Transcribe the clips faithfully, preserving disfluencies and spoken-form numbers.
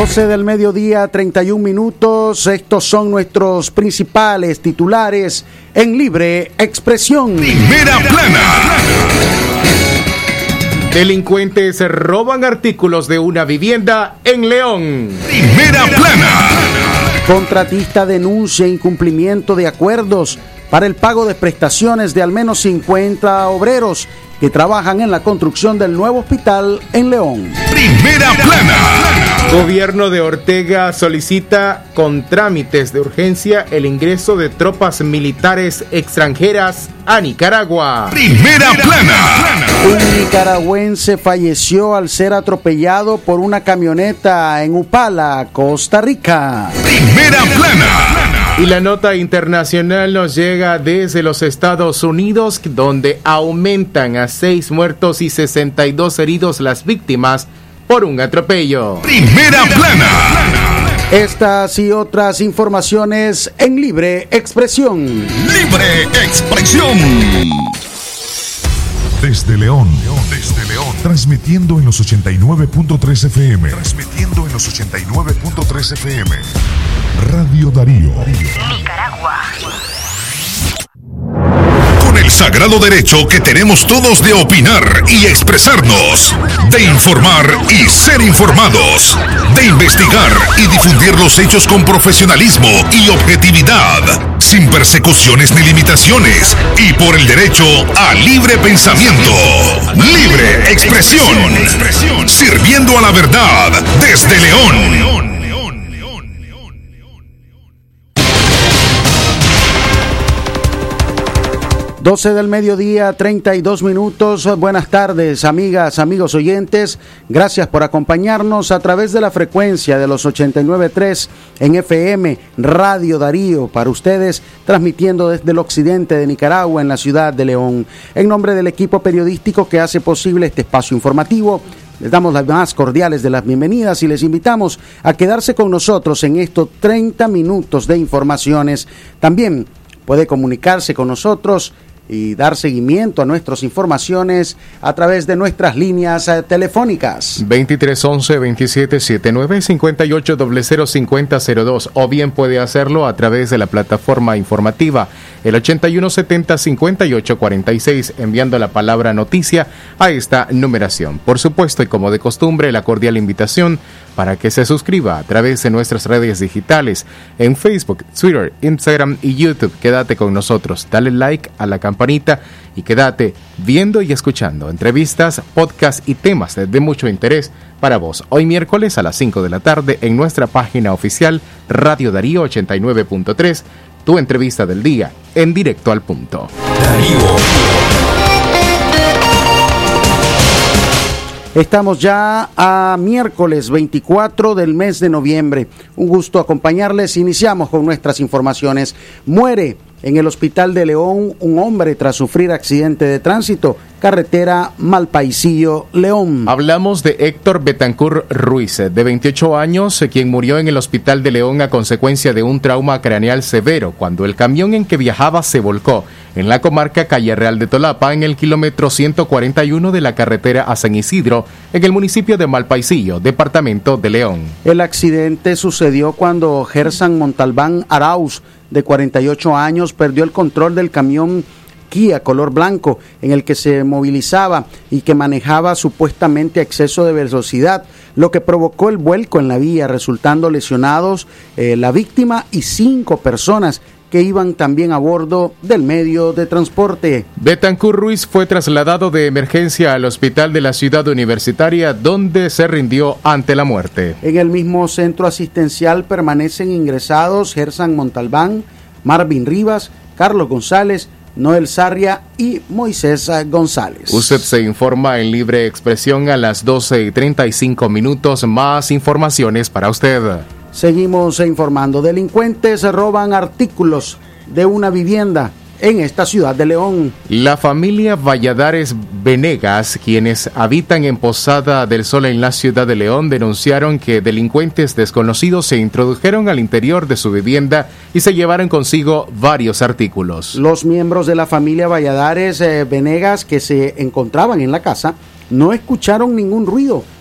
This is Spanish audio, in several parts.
doce del mediodía, treinta y un minutos. Estos son nuestros principales titulares en Libre Expresión. Primera plana. Delincuentes roban artículos de una vivienda en León. Primera plana. Contratista denuncia incumplimiento de acuerdos para el pago de prestaciones de al menos cincuenta obreros que trabajan en la construcción del nuevo hospital en León. Primera plana. Gobierno de Ortega solicita con trámites de urgencia el ingreso de tropas militares extranjeras a Nicaragua. Primera plana. Un nicaragüense falleció al ser atropellado por una camioneta en Upala, Costa Rica. Primera plana. Y la nota internacional nos llega desde los Estados Unidos, donde aumentan a seis muertos y sesenta y dos heridos las víctimas por un atropello. Primera plana. Estas y otras informaciones en Libre Expresión. Libre Expresión. Desde León, desde León, transmitiendo en los ochenta y nueve punto tres F M. Transmitiendo en los ochenta y nueve punto tres F M. Radio Darío. Nicaragua. Con el sagrado derecho que tenemos todos de opinar y expresarnos, de informar y ser informados, de investigar y difundir los hechos con profesionalismo y objetividad, sin persecuciones ni limitaciones, y por el derecho a libre pensamiento, libre expresión, sirviendo a la verdad desde León. doce del mediodía, treinta y dos minutos. Buenas tardes, amigas, amigos oyentes. Gracias por acompañarnos a través de la frecuencia de los ochenta y nueve punto tres en F M, Radio Darío, para ustedes, transmitiendo desde el occidente de Nicaragua, en la ciudad de León. En nombre del equipo periodístico que hace posible este espacio informativo, les damos las más cordiales de las bienvenidas y les invitamos a quedarse con nosotros en estos treinta minutos de informaciones. También puede comunicarse con nosotros y dar seguimiento a nuestras informaciones a través de nuestras líneas eh, telefónicas. veintitrés once, veintisiete setenta y nueve, cincuenta y ocho, cero cero cincuenta cero dos, o bien puede hacerlo a través de la plataforma informativa, el ochenta y uno setenta, cincuenta y ocho cuarenta y seis, enviando la palabra noticia a esta numeración. Por supuesto, y como de costumbre, la cordial invitación para que se suscriba a través de nuestras redes digitales en Facebook, Twitter, Instagram y YouTube. Quédate con nosotros, dale like a la campanita y quédate viendo y escuchando entrevistas, podcasts y temas de mucho interés para vos. Hoy miércoles a las cinco de la tarde en nuestra página oficial Radio Darío ochenta y nueve punto tres, tu entrevista del día en directo al punto. Darío. Estamos ya a miércoles veinticuatro del mes de noviembre. Un gusto acompañarles. Iniciamos con nuestras informaciones. Muere en el hospital de León un hombre tras sufrir accidente de tránsito, carretera Malpaisillo, León. Hablamos de Héctor Betancur Ruiz, de veintiocho años, quien murió en el hospital de León a consecuencia de un trauma craneal severo cuando el camión en que viajaba se volcó en la comarca Calle Real de Tolapa, en el kilómetro ciento cuarenta y uno de la carretera a San Isidro, en el municipio de Malpaisillo, departamento de León. El accidente sucedió cuando Gersan Montalbán Arauz, de cuarenta y ocho años, perdió el control del camión Kia color blanco en el que se movilizaba y que manejaba supuestamente a exceso de velocidad, lo que provocó el vuelco en la vía, resultando lesionados eh, la víctima y cinco personas que iban también a bordo del medio de transporte. Betancur Ruiz fue trasladado de emergencia al hospital de la ciudad universitaria, donde se rindió ante la muerte. En el mismo centro asistencial permanecen ingresados Gersan Montalbán, Marvin Rivas, Carlos González, Noel Sarria y Moisés González. Usted se informa en Libre Expresión a las doce y treinta y cinco minutos. Más informaciones para usted. Seguimos informando. Delincuentes roban artículos de una vivienda en esta ciudad de León. La familia Valladares Venegas, quienes habitan en Posada del Sol en la ciudad de León, denunciaron que delincuentes desconocidos se introdujeron al interior de su vivienda y se llevaron consigo varios artículos. Los miembros de la familia Valladares eh, Venegas que se encontraban en la casa no escucharon ningún ruido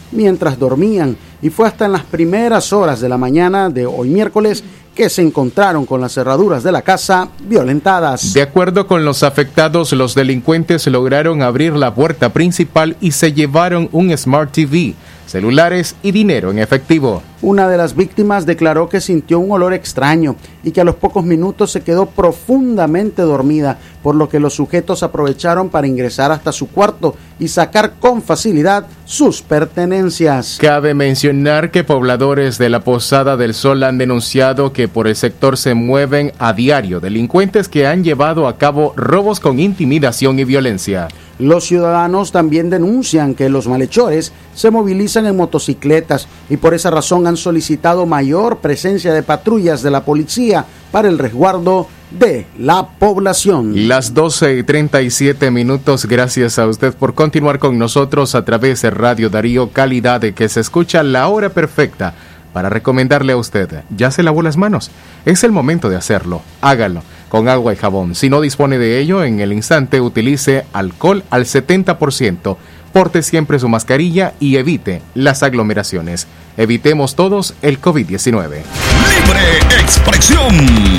mientras dormían, y fue hasta en las primeras horas de la mañana de hoy miércoles que se encontraron con las cerraduras de la casa violentadas. De acuerdo con los afectados, los delincuentes lograron abrir la puerta principal y se llevaron un Smart T V, celulares y dinero en efectivo. Una de las víctimas declaró que sintió un olor extraño y que a los pocos minutos se quedó profundamente dormida, por lo que los sujetos aprovecharon para ingresar hasta su cuarto y sacar con facilidad sus pertenencias. Cabe mencionar que pobladores de la Posada del Sol han denunciado que por el sector se mueven a diario delincuentes que han llevado a cabo robos con intimidación y violencia. Los ciudadanos también denuncian que los malhechores se movilizan en motocicletas y por esa razón han solicitado mayor presencia de patrullas de la policía para el resguardo de la población. Las doce y treinta y siete minutos, gracias a usted por continuar con nosotros a través de Radio Darío, calidad de que se escucha la hora perfecta para recomendarle a usted. ¿Ya se lavó las manos? Es el momento de hacerlo. Hágalo con agua y jabón. Si no dispone de ello, en el instante utilice alcohol al setenta por ciento. Porte siempre su mascarilla y evite las aglomeraciones. Evitemos todos el COVID diecinueve. Libre expresión.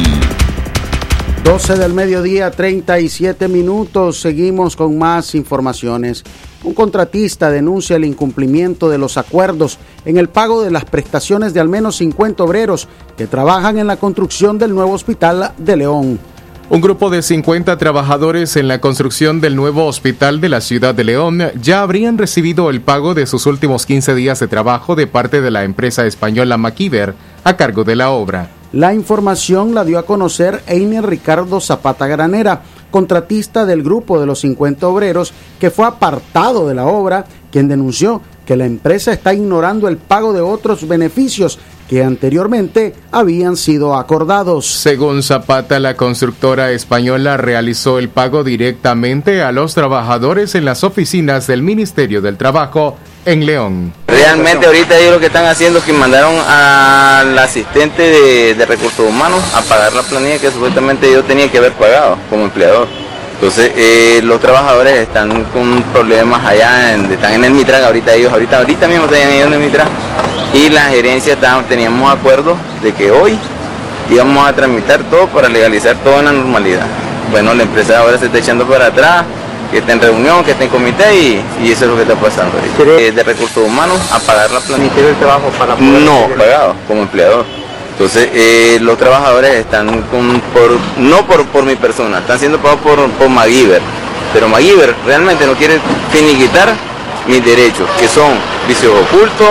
doce del mediodía, treinta y siete minutos. Seguimos con más informaciones. Un contratista denuncia el incumplimiento de los acuerdos en el pago de las prestaciones de al menos cincuenta obreros que trabajan en la construcción del nuevo hospital de León. Un grupo de cincuenta trabajadores en la construcción del nuevo hospital de la ciudad de León ya habrían recibido el pago de sus últimos quince días de trabajo de parte de la empresa española MacIver a cargo de la obra. La información la dio a conocer Einer Ricardo Zapata Granera, contratista del grupo de los cincuenta obreros que fue apartado de la obra, quien denunció que la empresa está ignorando el pago de otros beneficios que anteriormente habían sido acordados. Según Zapata, la constructora española realizó el pago directamente a los trabajadores en las oficinas del Ministerio del Trabajo en León. Realmente ahorita ellos lo que están haciendo es que mandaron al asistente de, de recursos humanos a pagar la planilla que supuestamente yo tenía que haber pagado como empleador. Entonces eh, los trabajadores están con problemas allá, en, están en el Mitran, ahorita ellos, ahorita, ahorita mismo están en el Mitran, y la gerencia está, teníamos acuerdo de que hoy íbamos a tramitar todo para legalizar todo en la normalidad. Bueno, la empresa ahora se está echando para atrás, que está en reunión, que está en comité y, y eso es lo que está pasando ahorita. Eh, de recursos humanos a pagar la planilla del trabajo para poder no pagado como empleador. Entonces eh, los trabajadores están con, por, no por, por mi persona, están siendo pagados por, por MacIver, pero MacIver realmente no quiere finiquitar mis derechos, que son vicios ocultos,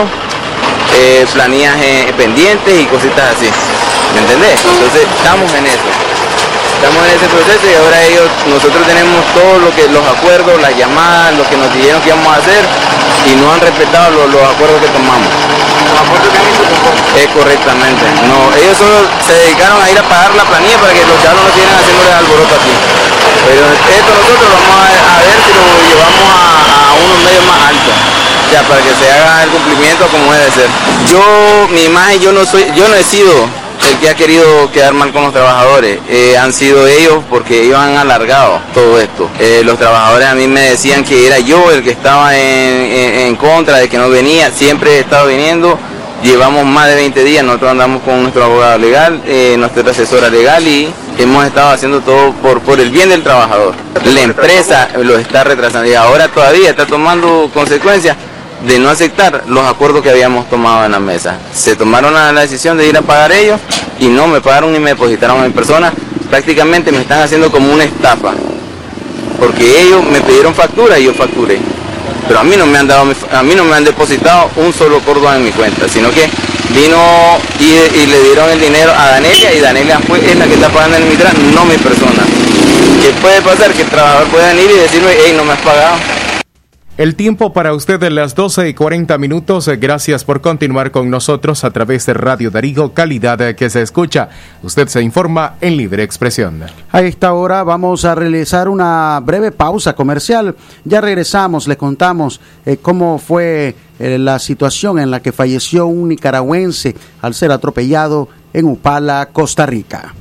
eh, planillas eh, pendientes y cositas así, ¿me entendés? Entonces estamos en eso, estamos en ese proceso y ahora ellos, nosotros tenemos todo lo que, los acuerdos, las llamadas, lo que nos dijeron que íbamos a hacer y no han respetado los, los acuerdos que tomamos. ¿Los acuerdos que han hecho? Eh, correctamente, no, ellos solo se dedicaron a ir a pagar la planilla para que los chavos no sigan haciéndole alboroto aquí. Pero esto nosotros vamos a, a ver si lo llevamos a, a unos medios más altos, ya para que se haga el cumplimiento como debe ser. Yo, mi imagen, yo no soy, yo no he sido el que ha querido quedar mal con los trabajadores, eh, han sido ellos porque ellos han alargado todo esto. Eh, los trabajadores a mí me decían que era yo el que estaba en, en, en contra, de que no venía, siempre he estado viniendo. Llevamos más de veinte días, nosotros andamos con nuestro abogado legal, eh, nuestra asesora legal y hemos estado haciendo todo por, por el bien del trabajador. La empresa lo está retrasando y ahora todavía está tomando consecuencias de no aceptar los acuerdos que habíamos tomado en la mesa. Se tomaron la, la decisión de ir a pagar ellos y no me pagaron ni me depositaron en persona. Prácticamente me están haciendo como una estafa, porque ellos me pidieron factura y yo facturé. Pero a mí no me han dado, a mí no me han depositado un solo cordón en mi cuenta, sino que vino y, y le dieron el dinero a Danelia y Danelia fue, es la que está pagando en mi tra, no mi persona. ¿Qué puede pasar? Que el trabajador pueda venir y decirme, hey, no me has pagado. El tiempo para usted de las doce y cuarenta minutos. Gracias por continuar con nosotros a través de Radio Darío, calidad que se escucha. Usted se informa en libre expresión. A esta hora vamos a realizar una breve pausa comercial. Ya regresamos, le contamos eh, cómo fue eh, la situación en la que falleció un nicaragüense al ser atropellado en Upala, Costa Rica.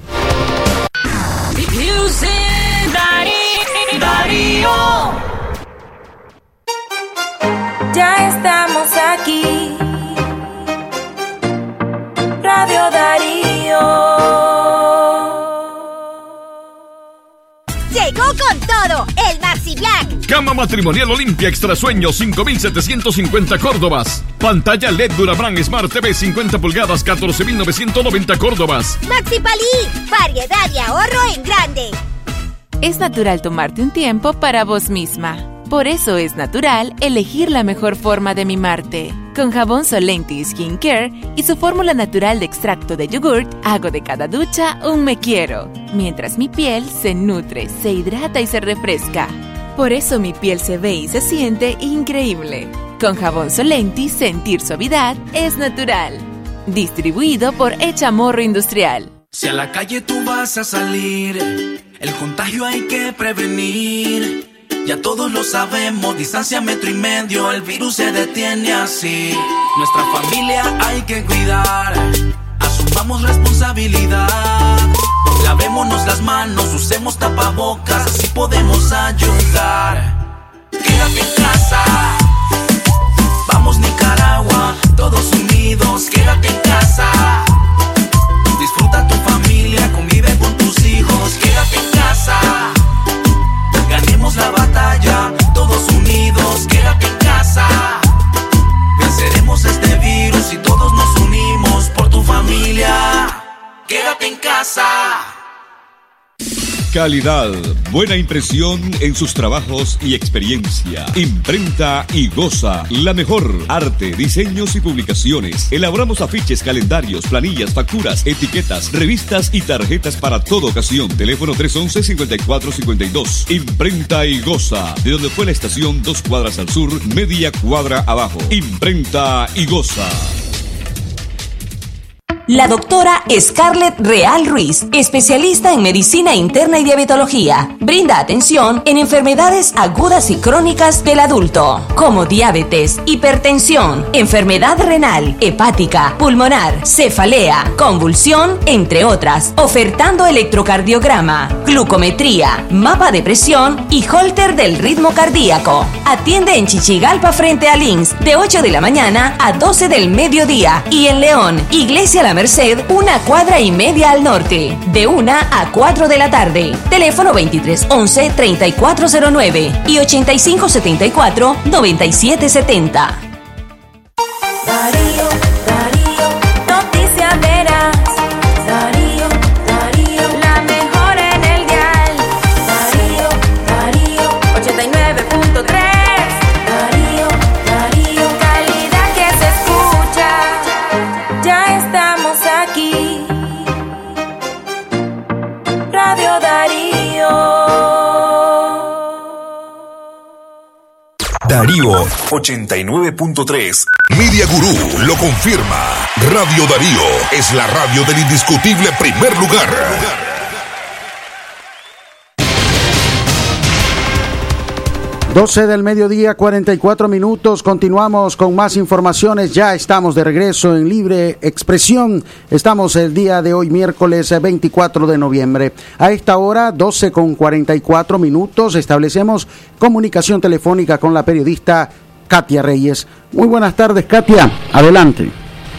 Ya estamos aquí todo, el Maxi Black. Cama matrimonial Olimpia Extra Sueño, cinco mil setecientos cincuenta Córdobas. Pantalla L E D Durabran Smart T V cincuenta pulgadas, catorce mil novecientos noventa Córdobas. Maxi Palí, variedad y ahorro en grande. Es natural tomarte un tiempo para vos misma. Por eso es natural elegir la mejor forma de mimarte. Con jabón Solenti Skin Care y su fórmula natural de extracto de yogurt, hago de cada ducha un me quiero, mientras mi piel se nutre, se hidrata y se refresca. Por eso mi piel se ve y se siente increíble. Con jabón Solenti, sentir suavidad es natural. Distribuido por Echamorro Industrial. Si a la calle tú vas a salir, el contagio hay que prevenir. Ya todos lo sabemos, distancia metro y medio, el virus se detiene así. Nuestra familia hay que cuidar, asumamos responsabilidad. Lavémonos las manos, usemos tapabocas, así podemos ayudar. Quédate en casa, vamos Nicaragua, todos unidos, quédate en casa. Disfruta tu familia, convive con tus hijos, quédate en casa. Ganemos la batalla, todos unidos, quédate en casa. Venceremos este virus y todos nos unimos por tu familia. Quédate en casa. Calidad, buena impresión en sus trabajos y experiencia. Imprenta y Goza, la mejor. Arte, diseños y publicaciones. Elaboramos afiches, calendarios, planillas, facturas, etiquetas, revistas y tarjetas para toda ocasión. Teléfono tres once, cincuenta y cuatro cincuenta y dos. Imprenta y Goza, de donde fue la estación, dos cuadras al sur, media cuadra abajo. Imprenta y Goza. La doctora Scarlett Real Ruiz, especialista en medicina interna y diabetología, brinda atención en enfermedades agudas y crónicas del adulto, como diabetes, hipertensión, enfermedad renal, hepática, pulmonar, cefalea, convulsión, entre otras, ofertando electrocardiograma, glucometría, mapa de presión y holter del ritmo cardíaco. Atiende en Chichigalpa frente a Links de ocho de la mañana a doce del mediodía y en León, Iglesia La Merced, una cuadra y media al norte, de una a cuatro de la tarde. Teléfono veintitrés once, treinta y cuatro cero nueve y ochenta y cinco setenta y cuatro, noventa y siete setenta. Darío, Darío, noticias veras. Darío, Darío, la mejor en el dial. Darío, Darío, ochenta y nueve punto tres. Darío, Darío, calidad que se escucha. Ya estamos aquí. Radio Darío. Darío ochenta y nueve punto tres. Media Gurú lo confirma. Radio Darío es la radio del indiscutible primer lugar. doce del mediodía, cuarenta y cuatro minutos. Continuamos con más informaciones. Ya estamos de regreso en Libre Expresión. Estamos el día de hoy, miércoles veinticuatro de noviembre. A esta hora, doce con cuarenta y cuatro minutos, establecemos comunicación telefónica con la periodista Katia Reyes. Muy buenas tardes, Katia. Adelante.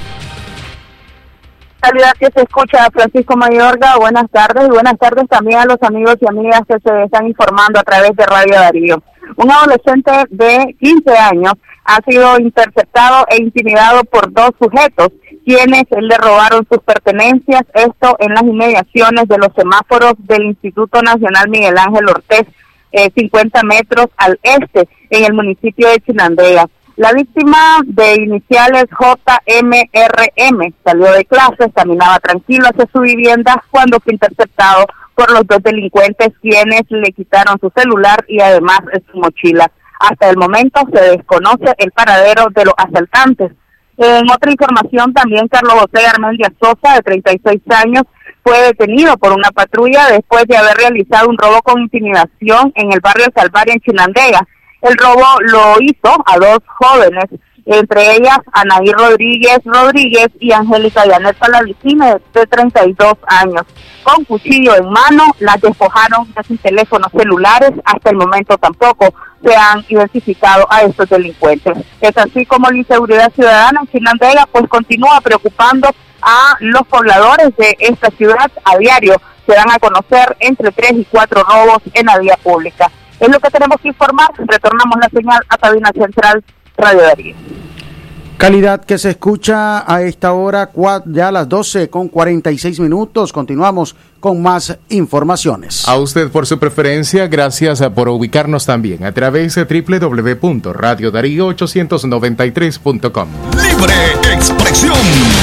Calidad que se escucha, Francisco Mayorga. Buenas tardes y buenas tardes también a los amigos y amigas que se están informando a través de Radio Darío. Un adolescente de quince años ha sido interceptado e intimidado por dos sujetos, quienes le robaron sus pertenencias, esto en las inmediaciones de los semáforos del Instituto Nacional Miguel Ángel Ortiz, eh, cincuenta metros al este, en el municipio de Chinandega. La víctima, de iniciales J M R M, salió de clases, caminaba tranquilo hacia su vivienda cuando fue interceptado por los dos delincuentes, quienes le quitaron su celular y además su mochila. Hasta el momento se desconoce el paradero de los asaltantes. En otra información también, Carlos José Armendia Sosa, de treinta y seis años, fue detenido por una patrulla después de haber realizado un robo con intimidación en el barrio Salvaria en Chinandega. El robo lo hizo a dos jóvenes, entre ellas Anaí Rodríguez Rodríguez y Angélica Yanet Palavicine, de treinta y dos años. Con cuchillo en mano, las despojaron de sus teléfonos celulares. Hasta el momento tampoco se han identificado a estos delincuentes. Es así como la inseguridad ciudadana en Chinandega pues continúa preocupando a los pobladores de esta ciudad. A diario se dan a conocer entre tres y cuatro robos en la vía pública. Es lo que tenemos que informar. Retornamos la señal a cabina central Radio Darío. Calidad que se escucha a esta hora, ya a las doce con cuarenta y seis minutos. Continuamos con más informaciones. A usted por su preferencia, gracias por ubicarnos también a través de doble u doble u doble u punto radio darío ochocientos noventa y tres punto com. Libre expresión.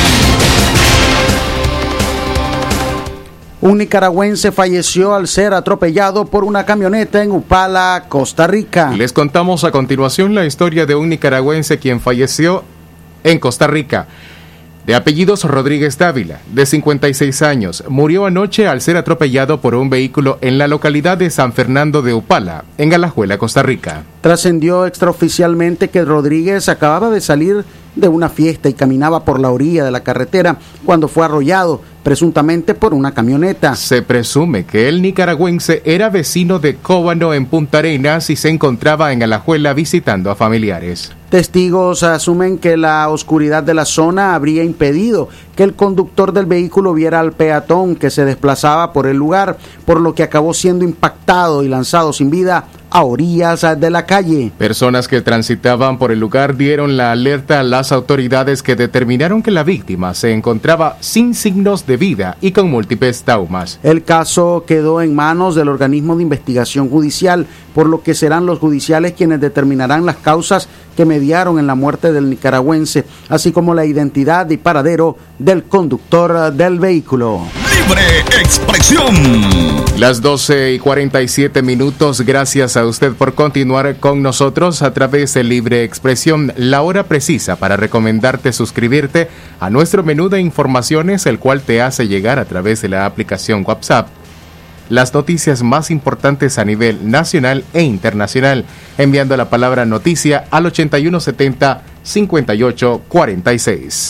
Un nicaragüense falleció al ser atropellado por una camioneta en Upala, Costa Rica. Les contamos a continuación la historia de un nicaragüense quien falleció en Costa Rica. De apellidos Rodríguez Dávila, de cincuenta y seis años, murió anoche al ser atropellado por un vehículo en la localidad de San Fernando de Upala, en Alajuela, Costa Rica. Trascendió extraoficialmente que Rodríguez acababa de salir de una fiesta y caminaba por la orilla de la carretera cuando fue arrollado, presuntamente por una camioneta. Se presume que el nicaragüense era vecino de Cóbano en Punta Arenas y se encontraba en Alajuela visitando a familiares. Testigos asumen que la oscuridad de la zona habría impedido que el conductor del vehículo viera al peatón que se desplazaba por el lugar, por lo que acabó siendo impactado y lanzado sin vida a orillas de la calle. Personas que transitaban por el lugar dieron la alerta a las autoridades, que determinaron que la víctima se encontraba sin signos de vida y con múltiples traumas. El caso quedó en manos del organismo de investigación judicial, por lo que serán los judiciales quienes determinarán las causas que mediaron en la muerte del nicaragüense, así como la identidad y paradero del conductor del vehículo. Libre expresión. Las doce y cuarenta y siete minutos. Gracias a usted por continuar con nosotros a través de Libre Expresión. La hora precisa para recomendarte suscribirte a nuestro menú de informaciones, el cual te hace llegar a través de la aplicación WhatsApp las noticias más importantes a nivel nacional e internacional, enviando la palabra noticia al ochenta y uno setenta cincuenta y ocho cuarenta y seis.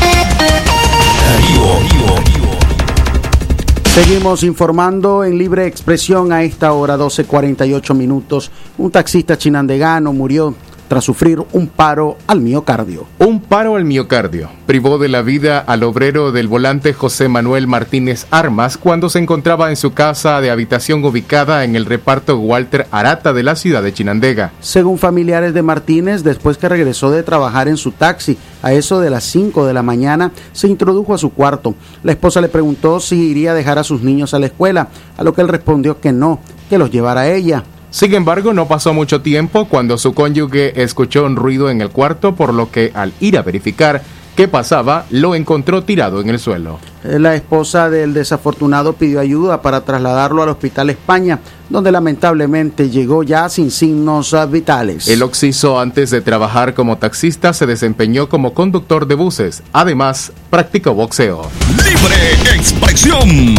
Seguimos informando en Libre Expresión a esta hora, doce cuarenta y ocho minutos. Un taxista chinandegano murió tras sufrir un paro al miocardio. Un paro al miocardio privó de la vida al obrero del volante José Manuel Martínez Armas cuando se encontraba en su casa de habitación ubicada en el reparto Walter Arata de la ciudad de Chinandega. Según familiares de Martínez, después que regresó de trabajar en su taxi, a eso de las cinco de la mañana, se introdujo a su cuarto. La esposa le preguntó si iría a dejar a sus niños a la escuela, a lo que él respondió que no, que los llevara ella. Sin embargo, no pasó mucho tiempo cuando su cónyuge escuchó un ruido en el cuarto, por lo que al ir a verificar qué pasaba, lo encontró tirado en el suelo. La esposa del desafortunado pidió ayuda para trasladarlo al Hospital España, donde lamentablemente llegó ya sin signos vitales. El occiso, antes de trabajar como taxista, se desempeñó como conductor de buses. Además, practicó boxeo. Libre expresión.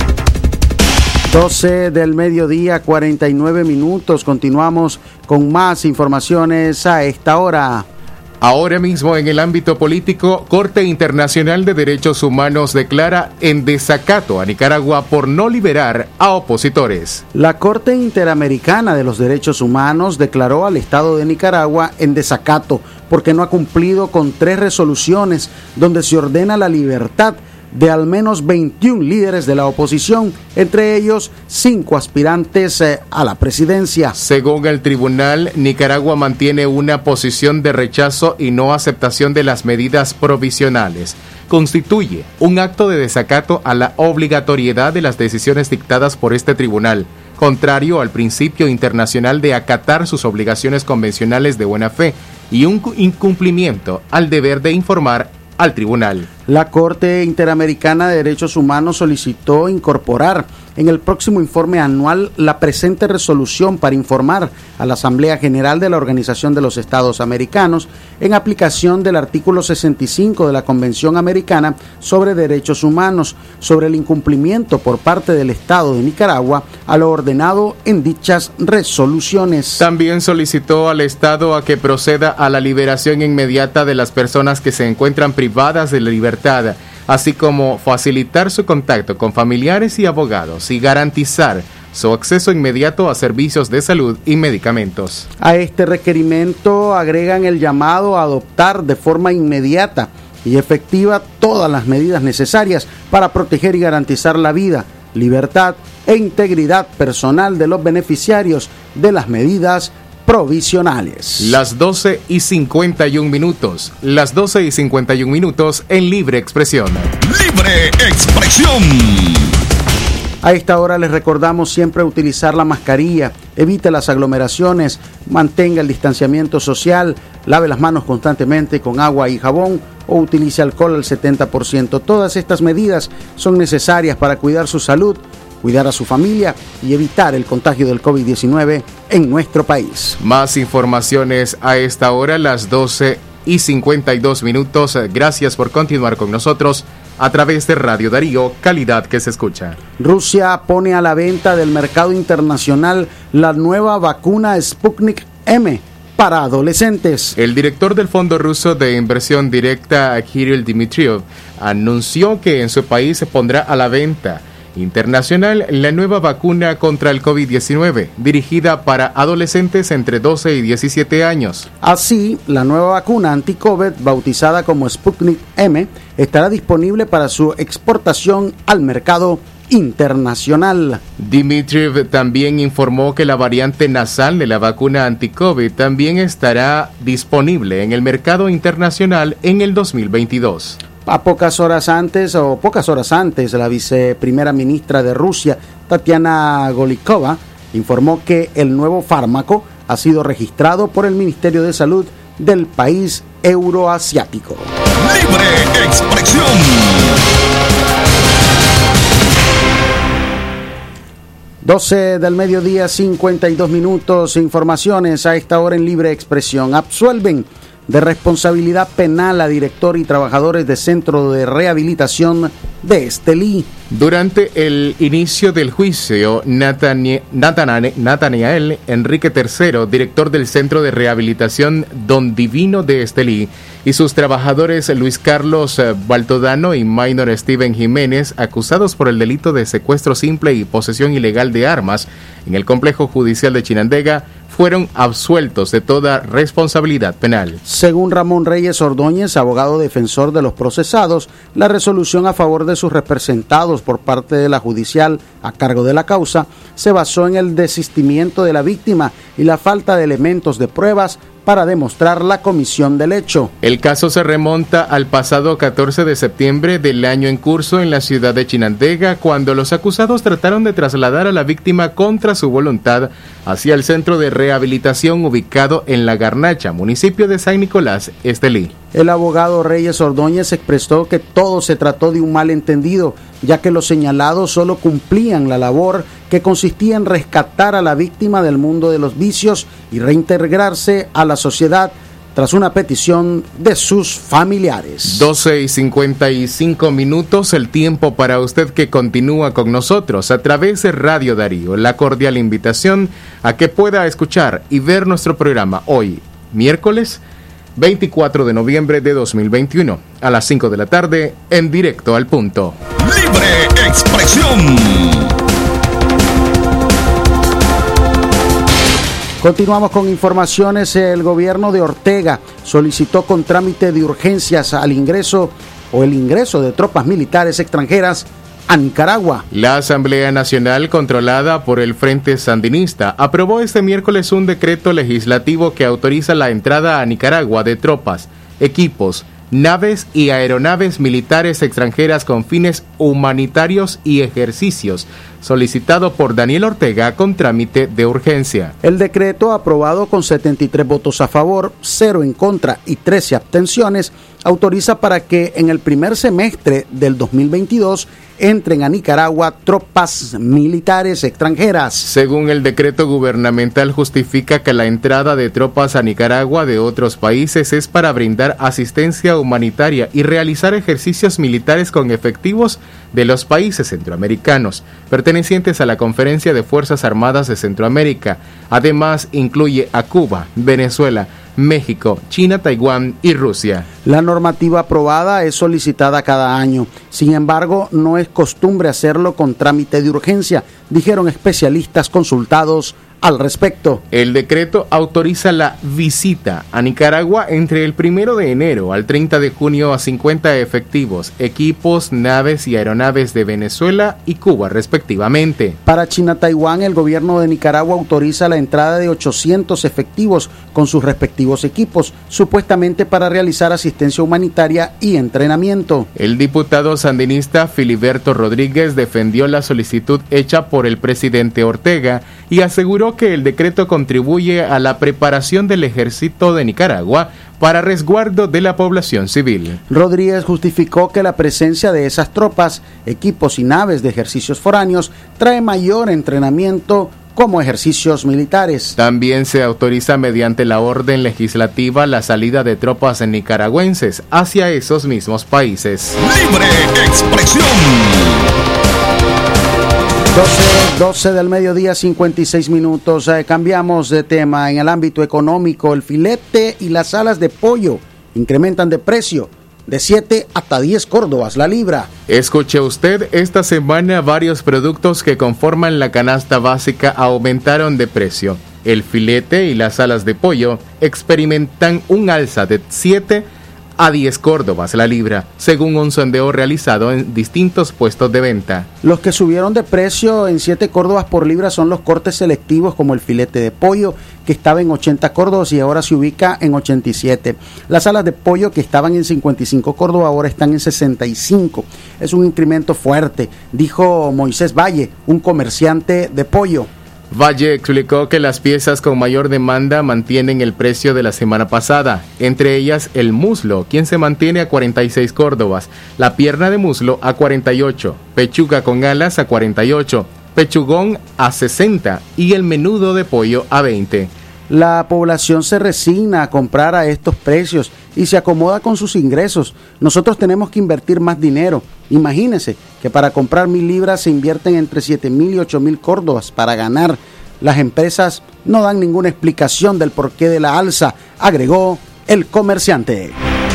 doce del mediodía, cuarenta y nueve minutos. Continuamos con más informaciones a esta hora. Ahora mismo, en el ámbito político, Corte Internacional de Derechos Humanos declara en desacato a Nicaragua por no liberar a opositores. La Corte Interamericana de los Derechos Humanos declaró al Estado de Nicaragua en desacato porque no ha cumplido con tres resoluciones donde se ordena la libertad de al menos veintiún líderes de la oposición, entre ellos cinco aspirantes eh, a la presidencia. Según el tribunal, Nicaragua mantiene una posición de rechazo y no aceptación de las medidas provisionales. Constituye un acto de desacato a la obligatoriedad de las decisiones dictadas por este tribunal, contrario al principio internacional de acatar sus obligaciones convencionales de buena fe y un incumplimiento al deber de informar al tribunal. La Corte Interamericana de Derechos Humanos solicitó incorporar en el próximo informe anual la presente resolución para informar a la Asamblea General de la Organización de los Estados Americanos en aplicación del artículo sesenta y cinco de la Convención Americana sobre Derechos Humanos sobre el incumplimiento por parte del Estado de Nicaragua a lo ordenado en dichas resoluciones. También solicitó al Estado a que proceda a la liberación inmediata de las personas que se encuentran privadas de la libertad, así como facilitar su contacto con familiares y abogados y garantizar su acceso inmediato a servicios de salud y medicamentos. A este requerimiento agregan el llamado a adoptar de forma inmediata y efectiva todas las medidas necesarias para proteger y garantizar la vida, libertad e integridad personal de los beneficiarios de las medidas provisionales. Las doce y cincuenta y un minutos. Las doce y cincuenta y un minutos en Libre Expresión. Libre Expresión. A esta hora les recordamos siempre utilizar la mascarilla, evite las aglomeraciones, mantenga el distanciamiento social, lave las manos constantemente con agua y jabón o utilice alcohol al setenta por ciento. Todas estas medidas son necesarias para cuidar su salud, cuidar a su familia y evitar el contagio del COVID diecinueve en nuestro país. Más informaciones a esta hora, las doce y cincuenta y dos minutos. Gracias por continuar con nosotros a través de Radio Darío, calidad que se escucha. Rusia pone a la venta del mercado internacional la nueva vacuna Sputnik M para adolescentes. El director del Fondo Ruso de Inversión Directa, Kirill Dmitriev, anunció que en su país se pondrá a la venta internacional la nueva vacuna contra el COVID diecinueve, dirigida para adolescentes entre doce y diecisiete años. Así, la nueva vacuna anti-COVID, bautizada como Sputnik M, estará disponible para su exportación al mercado internacional. Dmitriev también informó que la variante nasal de la vacuna anti-COVID también estará disponible en el mercado internacional en el dos mil veintidós. A pocas horas antes, o pocas horas antes, la viceprimera ministra de Rusia, Tatiana Golikova, informó que el nuevo fármaco ha sido registrado por el Ministerio de Salud del país euroasiático. Libre Expresión. doce del mediodía, cincuenta y dos minutos. Informaciones a esta hora en Libre Expresión. Absuelven de responsabilidad penal a director y trabajadores de Centro de Rehabilitación de Estelí. Durante el inicio del juicio, Natanie, Natanael, Natanael Enrique tercero, director del Centro de Rehabilitación Don Divino de Estelí, y sus trabajadores Luis Carlos Baltodano y Minor Steven Jiménez, acusados por el delito de secuestro simple y posesión ilegal de armas en el complejo judicial de Chinandega, fueron absueltos de toda responsabilidad penal. Según Ramón Reyes Ordóñez, abogado defensor de los procesados, la resolución a favor de sus representados por parte de la judicial a cargo de la causa se basó en el desistimiento de la víctima y la falta de elementos de pruebas para demostrar la comisión del hecho. El caso se remonta al pasado catorce de septiembre del año en curso en la ciudad de Chinandega, cuando los acusados trataron de trasladar a la víctima contra su voluntad hacia el centro de rehabilitación ubicado en La Garnacha, municipio de San Nicolás, Estelí. El abogado Reyes Ordóñez expresó que todo se trató de un malentendido, ya que los señalados solo cumplían la labor que consistía en rescatar a la víctima del mundo de los vicios y reintegrarse a la sociedad tras una petición de sus familiares. doce y cincuenta y cinco minutos, el tiempo para usted que continúa con nosotros a través de Radio Darío. La cordial invitación a que pueda escuchar y ver nuestro programa hoy, miércoles veinticuatro de noviembre de dos mil veintiuno, a las cinco de la tarde, en Directo al Punto. Libre Expresión. Continuamos con informaciones. El gobierno de Ortega solicitó con trámite de urgencias al ingreso o el ingreso de tropas militares extranjeras a Nicaragua. La Asamblea Nacional, controlada por el Frente Sandinista, aprobó este miércoles un decreto legislativo que autoriza la entrada a Nicaragua de tropas, equipos, naves y aeronaves militares extranjeras con fines humanitarios y ejercicios, solicitado por Daniel Ortega con trámite de urgencia. El decreto, aprobado con setenta y tres votos a favor, cero en contra y trece abstenciones, autoriza para que en el primer semestre del dos mil veintidós entren a Nicaragua tropas militares extranjeras. Según el decreto gubernamental, justifica que la entrada de tropas a Nicaragua de otros países es para brindar asistencia humanitaria y realizar ejercicios militares con efectivos de los países centroamericanos, pertenecientes a la Conferencia de Fuerzas Armadas de Centroamérica. Además, incluye a Cuba, Venezuela, México, China, Taiwán y Rusia. La normativa aprobada es solicitada cada año. Sin embargo, no es costumbre hacerlo con trámite de urgencia, dijeron especialistas consultados al respecto. El decreto autoriza la visita a Nicaragua entre el primero de enero al treinta de junio a cincuenta efectivos, equipos, naves y aeronaves de Venezuela y Cuba respectivamente. Para China-Taiwán, el gobierno de Nicaragua autoriza la entrada de ochocientos efectivos con sus respectivos equipos, supuestamente para realizar asistencia humanitaria y entrenamiento. El diputado sandinista Filiberto Rodríguez defendió la solicitud hecha por el presidente Ortega y aseguró que el decreto contribuye a la preparación del ejército de Nicaragua para resguardo de la población civil. Rodríguez justificó que la presencia de esas tropas, equipos y naves de ejercicios foráneos trae mayor entrenamiento como ejercicios militares. También se autoriza mediante la orden legislativa la salida de tropas nicaragüenses hacia esos mismos países. Libre expresión. doce, doce del mediodía, cincuenta y seis minutos. Eh, cambiamos de tema. En el ámbito económico, el filete y las alas de pollo incrementan de precio de siete hasta diez córdobas la libra. Escuche usted, esta semana varios productos que conforman la canasta básica aumentaron de precio. El filete y las alas de pollo experimentan un alza de siete a diez córdobas la libra, según un sondeo realizado en distintos puestos de venta. Los que subieron de precio en siete córdobas por libra son los cortes selectivos como el filete de pollo, que estaba en ochenta córdobas y ahora se ubica en ochenta y siete. Las alas de pollo, que estaban en cincuenta y cinco córdobas, ahora están en sesenta y cinco. Es un incremento fuerte, dijo Moisés Valle, un comerciante de pollo. Valle explicó que las piezas con mayor demanda mantienen el precio de la semana pasada, entre ellas el muslo, quien se mantiene a cuarenta y seis córdobas, la pierna de muslo a cuarenta y ocho, pechuga con alas a cuarenta y ocho, pechugón a sesenta y el menudo de pollo a veinte. La población se resigna a comprar a estos precios y se acomoda con sus ingresos. Nosotros tenemos que invertir más dinero. Imagínense que para comprar mil libras se invierten entre siete mil y ocho mil córdobas para ganar. Las empresas no dan ninguna explicación del porqué de la alza, agregó el comerciante.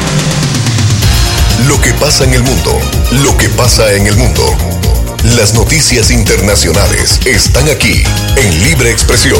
Lo que pasa en el mundo, lo que pasa en el mundo. Las noticias internacionales están aquí en Libre Expresión.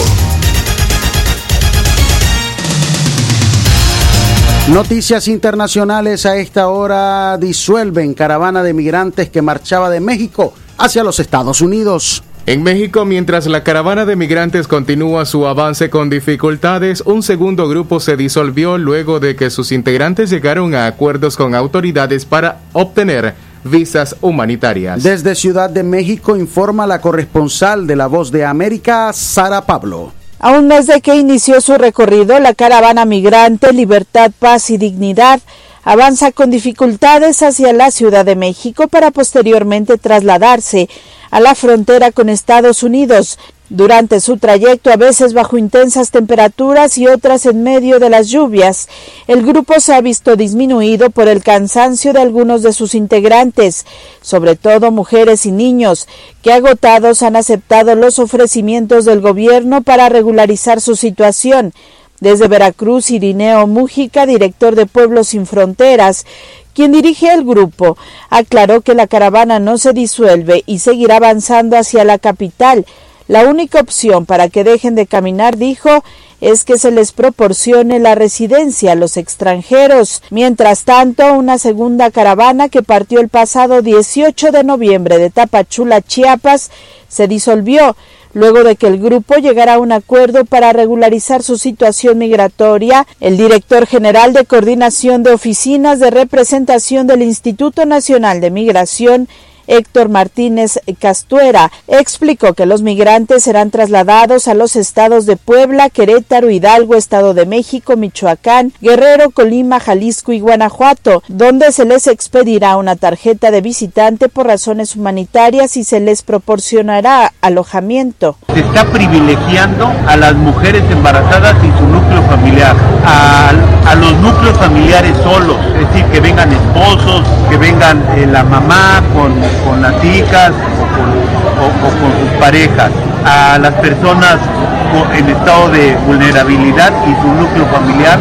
Noticias internacionales a esta hora. Disuelven caravana de migrantes que marchaba de México hacia los Estados Unidos. En México, mientras la caravana de migrantes continúa su avance con dificultades, un segundo grupo se disolvió luego de que sus integrantes llegaron a acuerdos con autoridades para obtener visas humanitarias. Desde Ciudad de México informa la corresponsal de La Voz de América, Sara Pablo. A un mes de que inició su recorrido, la caravana migrante Libertad, Paz y Dignidad avanza con dificultades hacia la Ciudad de México para posteriormente trasladarse a la frontera con Estados Unidos. Durante su trayecto, a veces bajo intensas temperaturas y otras en medio de las lluvias, el grupo se ha visto disminuido por el cansancio de algunos de sus integrantes, sobre todo mujeres y niños, que agotados han aceptado los ofrecimientos del gobierno para regularizar su situación. Desde Veracruz, Irineo Mújica, director de Pueblos Sin Fronteras, quien dirige el grupo, aclaró que la caravana no se disuelve y seguirá avanzando hacia la capital. La única opción para que dejen de caminar, dijo, es que se les proporcione la residencia a los extranjeros. Mientras tanto, una segunda caravana que partió el pasado dieciocho de noviembre de Tapachula, Chiapas, se disolvió luego de que el grupo llegara a un acuerdo para regularizar su situación migratoria. El director general de Coordinación de Oficinas de Representación del Instituto Nacional de Migración, Héctor Martínez Castuera, explicó que los migrantes serán trasladados a los estados de Puebla, Querétaro, Hidalgo, Estado de México, Michoacán, Guerrero, Colima, Jalisco y Guanajuato, donde se les expedirá una tarjeta de visitante por razones humanitarias y se les proporcionará alojamiento. Se está privilegiando a las mujeres embarazadas y su núcleo familiar, a, a los núcleos familiares solos, es decir, que vengan esposos, que vengan eh, la mamá con con las hijas o con, o, o con sus parejas, a las personas en estado de vulnerabilidad y su núcleo familiar,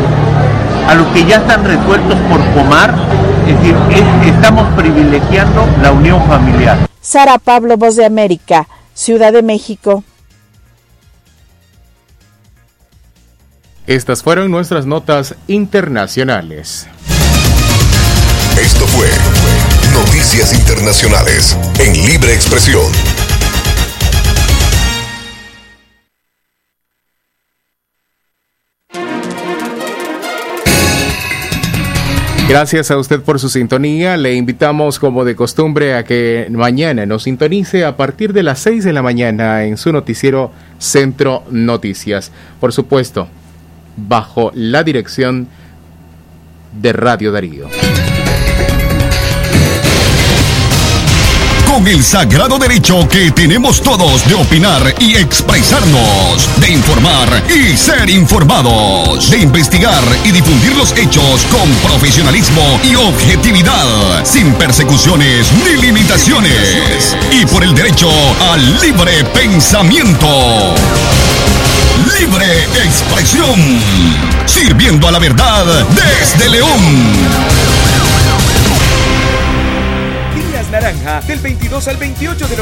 a los que ya están resueltos por Comar, es decir, es, estamos privilegiando la unión familiar. Sara Pablo, Voz de América, Ciudad de México. Estas fueron nuestras notas internacionales. Esto fue Noticias Internacionales en Libre Expresión. Gracias a usted por su sintonía. Le invitamos, como de costumbre, a que mañana nos sintonice a partir de las seis de la mañana en su noticiero Centro Noticias. Por supuesto, bajo la dirección de Radio Darío. Con el sagrado derecho que tenemos todos de opinar y expresarnos, de informar y ser informados, de investigar y difundir los hechos con profesionalismo y objetividad, sin persecuciones ni limitaciones, y por el derecho al libre pensamiento. Libre expresión, sirviendo a la verdad desde León. Naranja del veintidós al veintiocho de